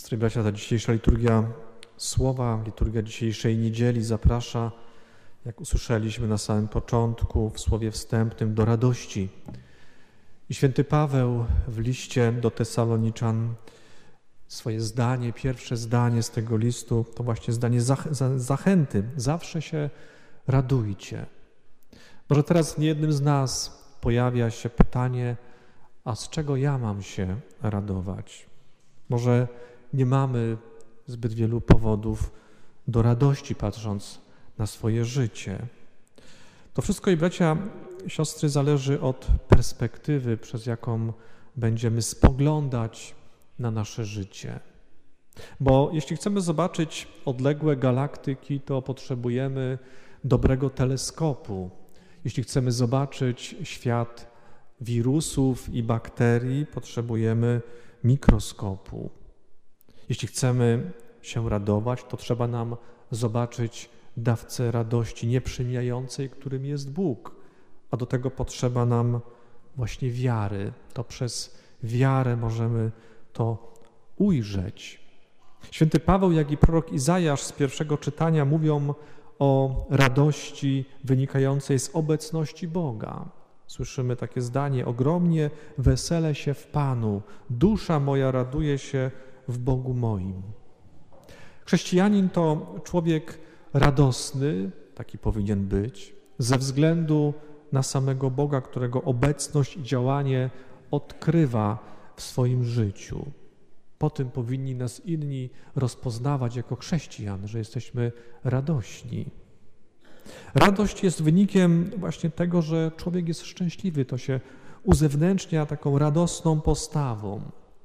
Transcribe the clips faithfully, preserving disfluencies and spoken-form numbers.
Siostry i bracia, ta dzisiejsza liturgia słowa, liturgia dzisiejszej niedzieli zaprasza, jak usłyszeliśmy na samym początku w słowie wstępnym, do radości. I święty Paweł w liście do Tesaloniczan swoje zdanie, pierwsze zdanie z tego listu, to właśnie zdanie zach- zachęty. Zawsze się radujcie. Może teraz w niejednym z nas pojawia się pytanie, a z czego ja mam się radować? Może nie mamy zbyt wielu powodów do radości, patrząc na swoje życie. To wszystko, i bracia, siostry, zależy od perspektywy, przez jaką będziemy spoglądać na nasze życie. Bo jeśli chcemy zobaczyć odległe galaktyki, to potrzebujemy dobrego teleskopu. Jeśli chcemy zobaczyć świat wirusów i bakterii, potrzebujemy mikroskopu. Jeśli chcemy się radować, to trzeba nam zobaczyć dawcę radości nieprzemijającej, którym jest Bóg. A do tego potrzeba nam właśnie wiary. To przez wiarę możemy to ujrzeć. Święty Paweł, jak i prorok Izajasz z pierwszego czytania mówią o radości wynikającej z obecności Boga. Słyszymy takie zdanie: ogromnie weselę się w Panu, dusza moja raduje się w Bogu moim. Chrześcijanin to człowiek radosny, taki powinien być, ze względu na samego Boga, którego obecność i działanie odkrywa w swoim życiu. Po tym powinni nas inni rozpoznawać jako chrześcijan, że jesteśmy radośni. Radość jest wynikiem właśnie tego, że człowiek jest szczęśliwy. To się uzewnętrznia taką radosną postawą.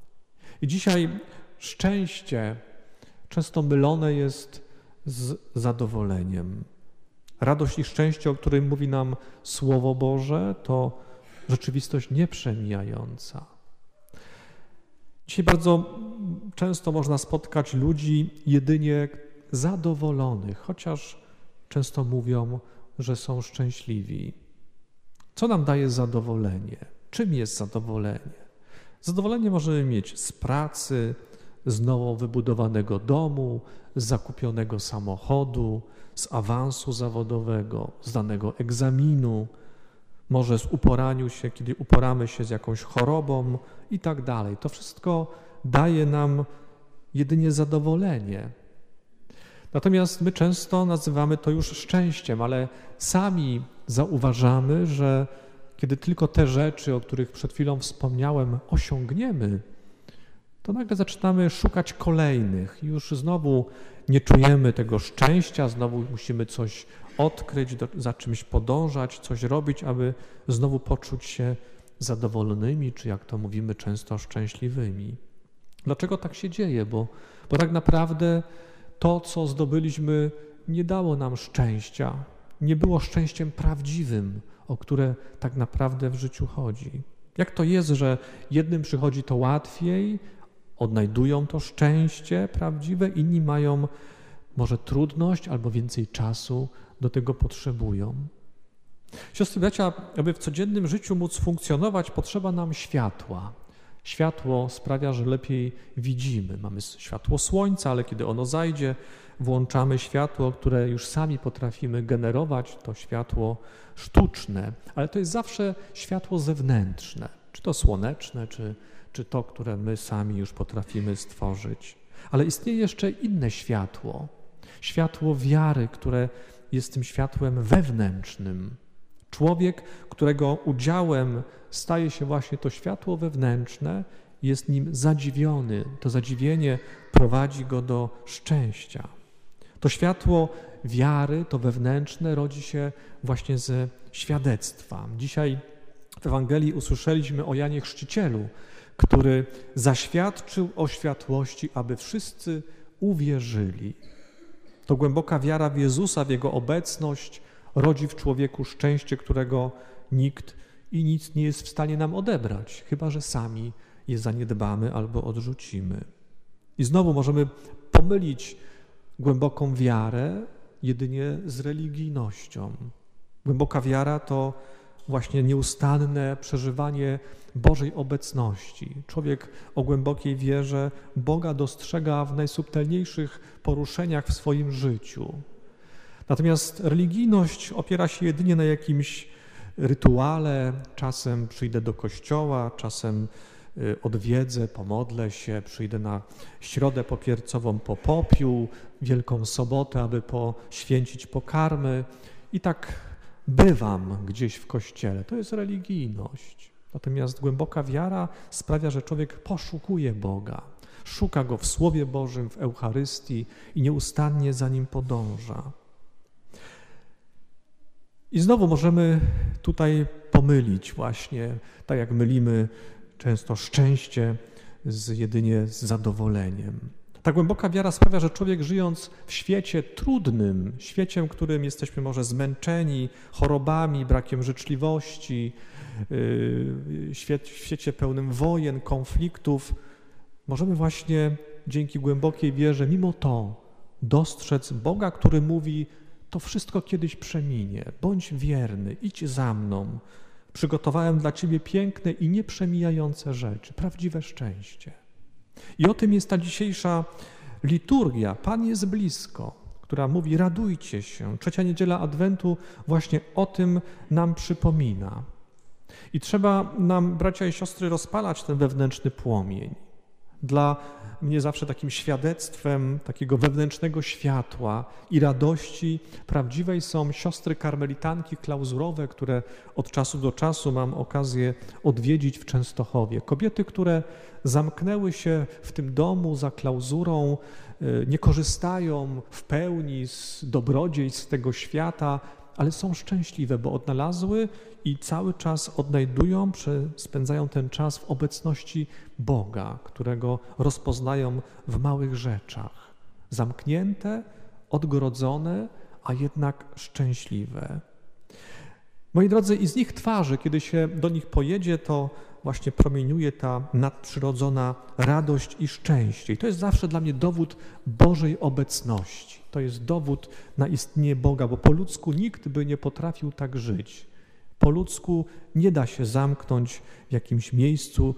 I dzisiaj szczęście często mylone jest z zadowoleniem. Radość i szczęście, o którym mówi nam Słowo Boże, to rzeczywistość nieprzemijająca. Dzisiaj bardzo często można spotkać ludzi jedynie zadowolonych, chociaż często mówią, że są szczęśliwi. Co nam daje zadowolenie? Czym jest zadowolenie? Zadowolenie możemy mieć z pracy, z nowo wybudowanego domu, z zakupionego samochodu, z awansu zawodowego, z danego egzaminu, może z uporaniu się, kiedy uporamy się z jakąś chorobą i tak dalej. To wszystko daje nam jedynie zadowolenie. Natomiast my często nazywamy to już szczęściem, ale sami zauważamy, że kiedy tylko te rzeczy, o których przed chwilą wspomniałem, osiągniemy, to nagle zaczynamy szukać kolejnych. Już znowu nie czujemy tego szczęścia, znowu musimy coś odkryć, do, za czymś podążać, coś robić, aby znowu poczuć się zadowolonymi, czy jak to mówimy często, szczęśliwymi. Dlaczego tak się dzieje? Bo, bo tak naprawdę to, co zdobyliśmy, nie dało nam szczęścia, nie było szczęściem prawdziwym, o które tak naprawdę w życiu chodzi. Jak to jest, że jednym przychodzi to łatwiej, odnajdują to szczęście prawdziwe, inni mają może trudność albo więcej czasu do tego potrzebują. Siostry, bracia, aby w codziennym życiu móc funkcjonować, potrzeba nam światła. Światło sprawia, że lepiej widzimy. Mamy światło słońca, ale kiedy ono zajdzie, włączamy światło, które już sami potrafimy generować, to światło sztuczne, ale to jest zawsze światło zewnętrzne, czy to słoneczne, czy, czy to, które my sami już potrafimy stworzyć. Ale istnieje jeszcze inne światło, światło wiary, które jest tym światłem wewnętrznym. Człowiek, którego udziałem staje się właśnie to światło wewnętrzne, jest nim zadziwiony. To zadziwienie prowadzi go do szczęścia. To światło wiary, to wewnętrzne, rodzi się właśnie ze świadectwa. Dzisiaj w Ewangelii usłyszeliśmy o Janie Chrzcicielu, który zaświadczył o światłości, aby wszyscy uwierzyli. To głęboka wiara w Jezusa, w Jego obecność rodzi w człowieku szczęście, którego nikt i nic nie jest w stanie nam odebrać, chyba że sami je zaniedbamy albo odrzucimy. I znowu możemy pomylić głęboką wiarę jedynie z religijnością. Głęboka wiara to właśnie nieustanne przeżywanie Bożej obecności. Człowiek o głębokiej wierze Boga dostrzega w najsubtelniejszych poruszeniach w swoim życiu. Natomiast religijność opiera się jedynie na jakimś rytuale, czasem przyjdę do kościoła, czasem odwiedzę, pomodlę się, przyjdę na środę popiercową po popiół, Wielką Sobotę, aby poświęcić pokarmy i tak bywam gdzieś w kościele. To jest religijność. Natomiast głęboka wiara sprawia, że człowiek poszukuje Boga, szuka Go w Słowie Bożym, w Eucharystii i nieustannie za Nim podąża. I znowu możemy tutaj pomylić właśnie, tak jak mylimy często szczęście z jedynie z zadowoleniem. Ta głęboka wiara sprawia, że człowiek żyjąc w świecie trudnym, świecie, w którym jesteśmy może zmęczeni chorobami, brakiem życzliwości, w świecie pełnym wojen, konfliktów, możemy właśnie dzięki głębokiej wierze mimo to dostrzec Boga, który mówi: to wszystko kiedyś przeminie, bądź wierny, idź za mną. Przygotowałem dla ciebie piękne i nieprzemijające rzeczy, prawdziwe szczęście. I o tym jest ta dzisiejsza liturgia. Pan jest blisko, która mówi: radujcie się. Trzecia niedziela Adwentu właśnie o tym nam przypomina. I trzeba nam, bracia i siostry, rozpalać ten wewnętrzny płomień. Dla mnie zawsze takim świadectwem takiego wewnętrznego światła i radości prawdziwej są siostry karmelitanki klauzurowe, które od czasu do czasu mam okazję odwiedzić w Częstochowie. Kobiety, które zamknęły się w tym domu za klauzurą, nie korzystają w pełni z dobrodziejstw tego świata, ale są szczęśliwe, bo odnalazły i cały czas odnajdują, spędzają ten czas w obecności Boga, którego rozpoznają w małych rzeczach. Zamknięte, odgrodzone, a jednak szczęśliwe. Moi drodzy, i z ich twarzy, kiedy się do nich pojedzie, to właśnie promieniuje ta nadprzyrodzona radość i szczęście. I to jest zawsze dla mnie dowód Bożej obecności. To jest dowód na istnienie Boga, bo po ludzku nikt by nie potrafił tak żyć. Po ludzku nie da się zamknąć w jakimś miejscu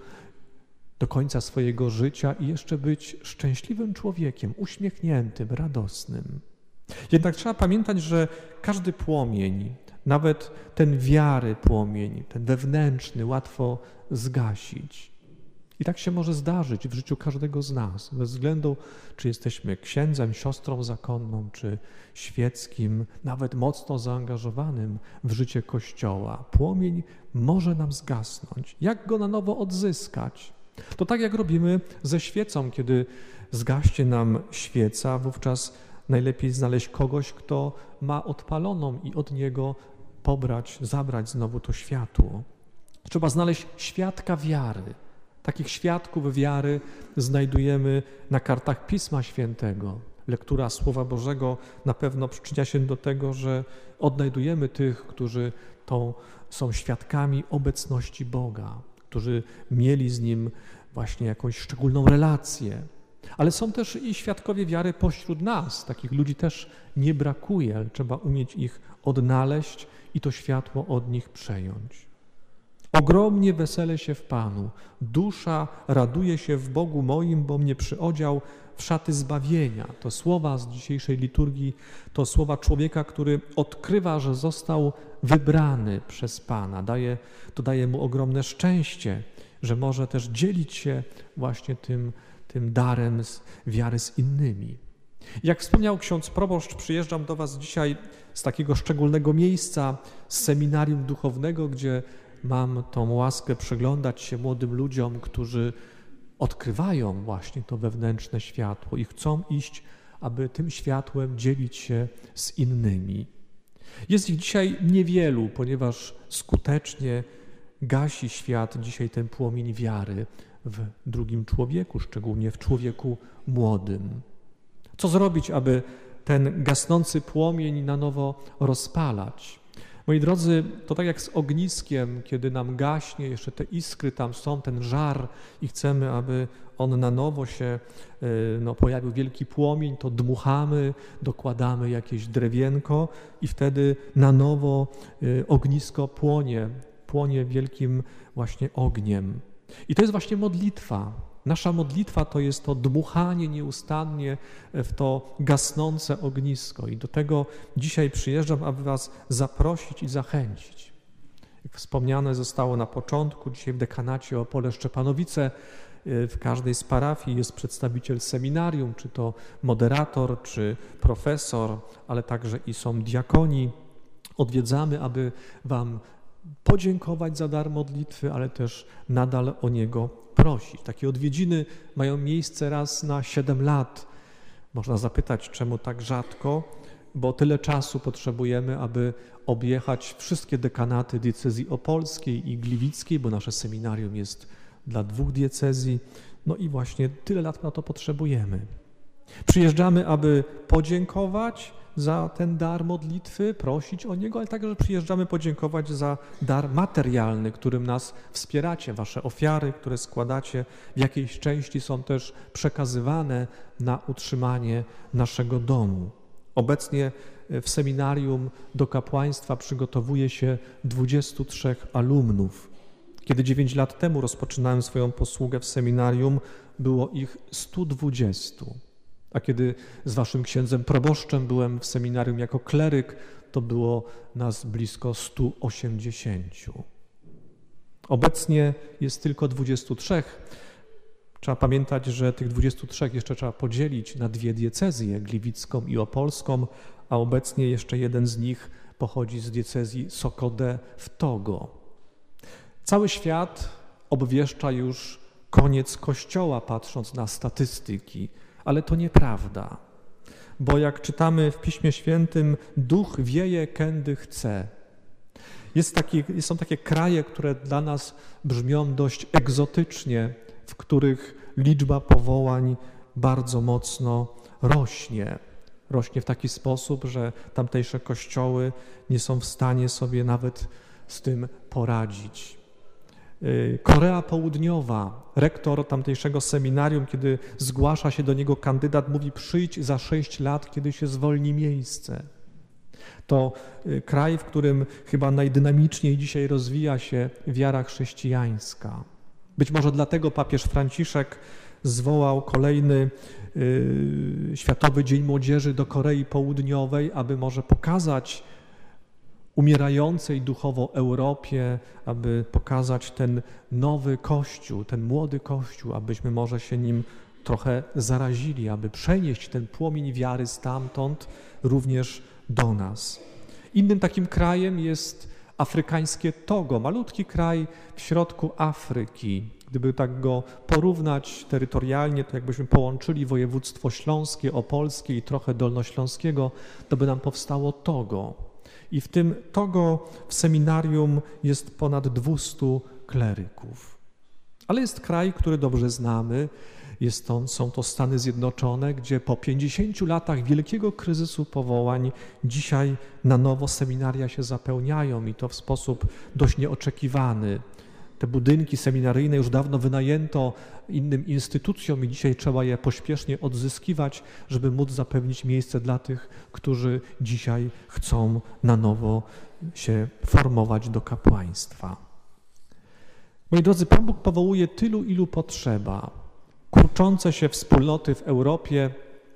do końca swojego życia i jeszcze być szczęśliwym człowiekiem, uśmiechniętym, radosnym. Jednak trzeba pamiętać, że każdy płomień, nawet ten wiary płomień, ten wewnętrzny, łatwo zgasić. I tak się może zdarzyć w życiu każdego z nas, bez względu, czy jesteśmy księdzem, siostrą zakonną, czy świeckim, nawet mocno zaangażowanym w życie Kościoła. Płomień może nam zgasnąć. Jak go na nowo odzyskać? To tak jak robimy ze świecą, kiedy zgaśnie nam świeca, wówczas najlepiej znaleźć kogoś, kto ma odpaloną i od niego pobrać, zabrać znowu to światło. Trzeba znaleźć świadka wiary. Takich świadków wiary znajdujemy na kartach Pisma Świętego. Lektura Słowa Bożego na pewno przyczynia się do tego, że odnajdujemy tych, którzy to są świadkami obecności Boga, którzy mieli z Nim właśnie jakąś szczególną relację. Ale są też i świadkowie wiary pośród nas. Takich ludzi też nie brakuje, ale trzeba umieć ich odnaleźć i to światło od nich przejąć. Ogromnie weselę się w Panu. Dusza raduje się w Bogu moim, bo mnie przyodział w szaty zbawienia. To słowa z dzisiejszej liturgii, to słowa człowieka, który odkrywa, że został wybrany przez Pana. Daje, to daje mu ogromne szczęście, że może też dzielić się właśnie tym, tym darem z wiary z innymi. Jak wspomniał ksiądz proboszcz, przyjeżdżam do was dzisiaj z takiego szczególnego miejsca, z seminarium duchownego, gdzie mam tą łaskę przyglądać się młodym ludziom, którzy odkrywają właśnie to wewnętrzne światło i chcą iść, aby tym światłem dzielić się z innymi. Jest ich dzisiaj niewielu, ponieważ skutecznie gasi świat dzisiaj ten płomień wiary w drugim człowieku, szczególnie w człowieku młodym. Co zrobić, aby ten gasnący płomień na nowo rozpalać? Moi drodzy, to tak jak z ogniskiem, kiedy nam gaśnie, jeszcze te iskry tam są, ten żar i chcemy, aby on na nowo się no, pojawił wielki płomień, to dmuchamy, dokładamy jakieś drewienko i wtedy na nowo ognisko płonie, płonie wielkim właśnie ogniem. I to jest właśnie modlitwa. Nasza modlitwa to jest to dmuchanie nieustannie w to gasnące ognisko i do tego dzisiaj przyjeżdżam, aby was zaprosić i zachęcić. Jak wspomniane zostało na początku, dzisiaj w dekanacie Opole Szczepanowice w każdej z parafii jest przedstawiciel seminarium, czy to moderator, czy profesor, ale także i są diakoni. Odwiedzamy, aby wam podziękować za dar modlitwy, ale też nadal o niego prosić. Takie odwiedziny mają miejsce raz na siedem lat. Można zapytać, czemu tak rzadko, bo tyle czasu potrzebujemy, aby objechać wszystkie dekanaty diecezji opolskiej i gliwickiej, bo nasze seminarium jest dla dwóch diecezji. No i właśnie tyle lat na to potrzebujemy. Przyjeżdżamy, aby podziękować za ten dar modlitwy, prosić o niego, ale także przyjeżdżamy podziękować za dar materialny, którym nas wspieracie. Wasze ofiary, które składacie, w jakiejś części są też przekazywane na utrzymanie naszego domu. Obecnie w seminarium do kapłaństwa przygotowuje się dwudziestu trzech alumnów. Kiedy dziewięć lat temu rozpoczynałem swoją posługę w seminarium, było ich stu dwudziestu. A kiedy z waszym księdzem proboszczem byłem w seminarium jako kleryk, to było nas blisko stu osiemdziesięciu. Obecnie jest tylko dwudziestu trzech. Trzeba pamiętać, że tych dwudziestu trzech jeszcze trzeba podzielić na dwie diecezje, gliwicką i opolską, a obecnie jeszcze jeden z nich pochodzi z diecezji Sokodę w Togo. Cały świat obwieszcza już koniec Kościoła, patrząc na statystyki. Ale to nieprawda, bo jak czytamy w Piśmie Świętym, duch wieje, kędy chce. Jest taki, są takie kraje, które dla nas brzmią dość egzotycznie, w których liczba powołań bardzo mocno rośnie. Rośnie w taki sposób, że tamtejsze kościoły nie są w stanie sobie nawet z tym poradzić. Korea Południowa, rektor tamtejszego seminarium, kiedy zgłasza się do niego kandydat, mówi: przyjdź za sześć lat, kiedy się zwolni miejsce. To kraj, w którym chyba najdynamiczniej dzisiaj rozwija się wiara chrześcijańska. Być może dlatego papież Franciszek zwołał kolejny y, Światowy Dzień Młodzieży do Korei Południowej, aby może pokazać umierającej duchowo Europie, aby pokazać ten nowy Kościół, ten młody Kościół, abyśmy może się nim trochę zarazili, aby przenieść ten płomień wiary stamtąd również do nas. Innym takim krajem jest afrykańskie Togo, malutki kraj w środku Afryki. Gdyby tak go porównać terytorialnie, to jakbyśmy połączyli województwo śląskie, opolskie i trochę dolnośląskiego, to by nam powstało Togo. I w tym Togo w seminarium jest ponad dwustu kleryków. Ale jest kraj, który dobrze znamy, jest to, są to Stany Zjednoczone, gdzie po pięćdziesięciu latach wielkiego kryzysu powołań dzisiaj na nowo seminaria się zapełniają i to w sposób dość nieoczekiwany. Te budynki seminaryjne już dawno wynajęto innym instytucjom i dzisiaj trzeba je pośpiesznie odzyskiwać, żeby móc zapewnić miejsce dla tych, którzy dzisiaj chcą na nowo się formować do kapłaństwa. Moi drodzy, Pan Bóg powołuje tylu, ilu potrzeba. Kurczące się wspólnoty w Europie,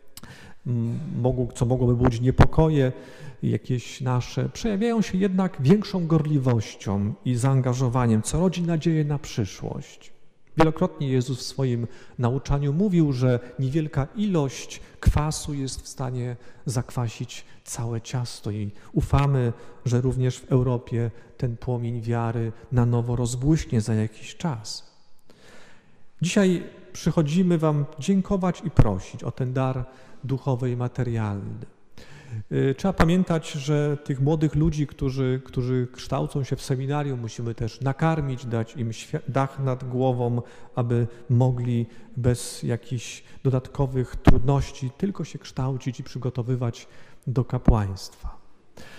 co mogłoby budzić niepokoje jakieś nasze, przejawiają się jednak większą gorliwością i zaangażowaniem, co rodzi nadzieję na przyszłość. Wielokrotnie Jezus w swoim nauczaniu mówił, że niewielka ilość kwasu jest w stanie zakwasić całe ciasto i ufamy, że również w Europie ten płomień wiary na nowo rozbłyśnie za jakiś czas. Dzisiaj przychodzimy wam dziękować i prosić o ten dar duchowy i materialny. Trzeba pamiętać, że tych młodych ludzi, którzy, którzy kształcą się w seminarium, musimy też nakarmić, dać im dach nad głową, aby mogli bez jakichś dodatkowych trudności tylko się kształcić i przygotowywać do kapłaństwa.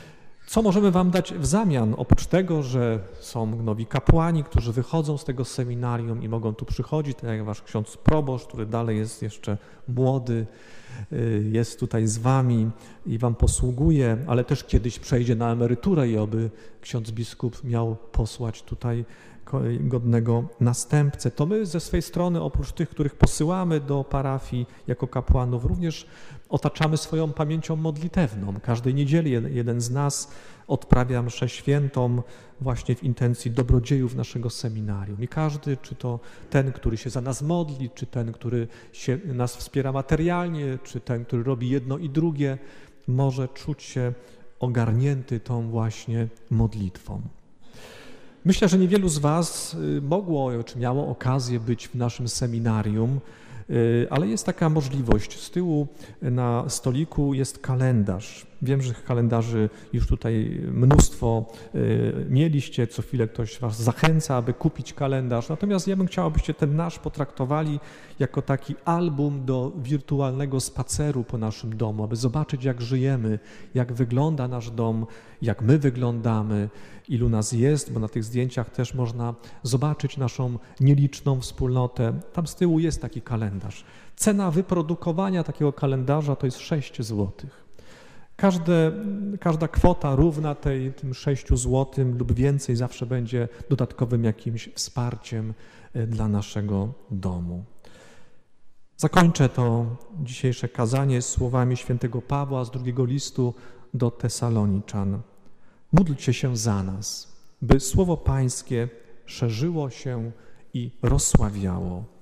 Co możemy wam dać w zamian? Oprócz tego, że są nowi kapłani, którzy wychodzą z tego seminarium i mogą tu przychodzić, tak jak wasz ksiądz proboszcz, który dalej jest jeszcze młody, jest tutaj z wami i wam posługuje, ale też kiedyś przejdzie na emeryturę i oby ksiądz biskup miał posłać tutaj godnego następcę. To my ze swej strony, oprócz tych, których posyłamy do parafii jako kapłanów, również otaczamy swoją pamięcią modlitewną. Każdej niedzieli jeden z nas odprawia mszę świętą właśnie w intencji dobrodziejów naszego seminarium. I każdy, czy to ten, który się za nas modli, czy ten, który się, nas wspiera materialnie, czy ten, który robi jedno i drugie, może czuć się ogarnięty tą właśnie modlitwą. Myślę, że niewielu z was mogło, czy miało okazję być w naszym seminarium, ale jest taka możliwość. Z tyłu na stoliku jest kalendarz. Wiem, że kalendarzy już tutaj mnóstwo mieliście, co chwilę ktoś was zachęca, aby kupić kalendarz. Natomiast ja bym chciał, abyście ten nasz potraktowali jako taki album do wirtualnego spaceru po naszym domu, aby zobaczyć, jak żyjemy, jak wygląda nasz dom, jak my wyglądamy, ilu nas jest, bo na tych zdjęciach też można zobaczyć naszą nieliczną wspólnotę. Tam z tyłu jest taki kalendarz. Cena wyprodukowania takiego kalendarza to jest sześć złotych. Każde, każda kwota równa tej, tym sześciu złotym lub więcej zawsze będzie dodatkowym jakimś wsparciem dla naszego domu. Zakończę to dzisiejsze kazanie słowami świętego Pawła z drugiego listu do Tesaloniczan. Módlcie się za nas, by słowo Pańskie szerzyło się i rozsławiało.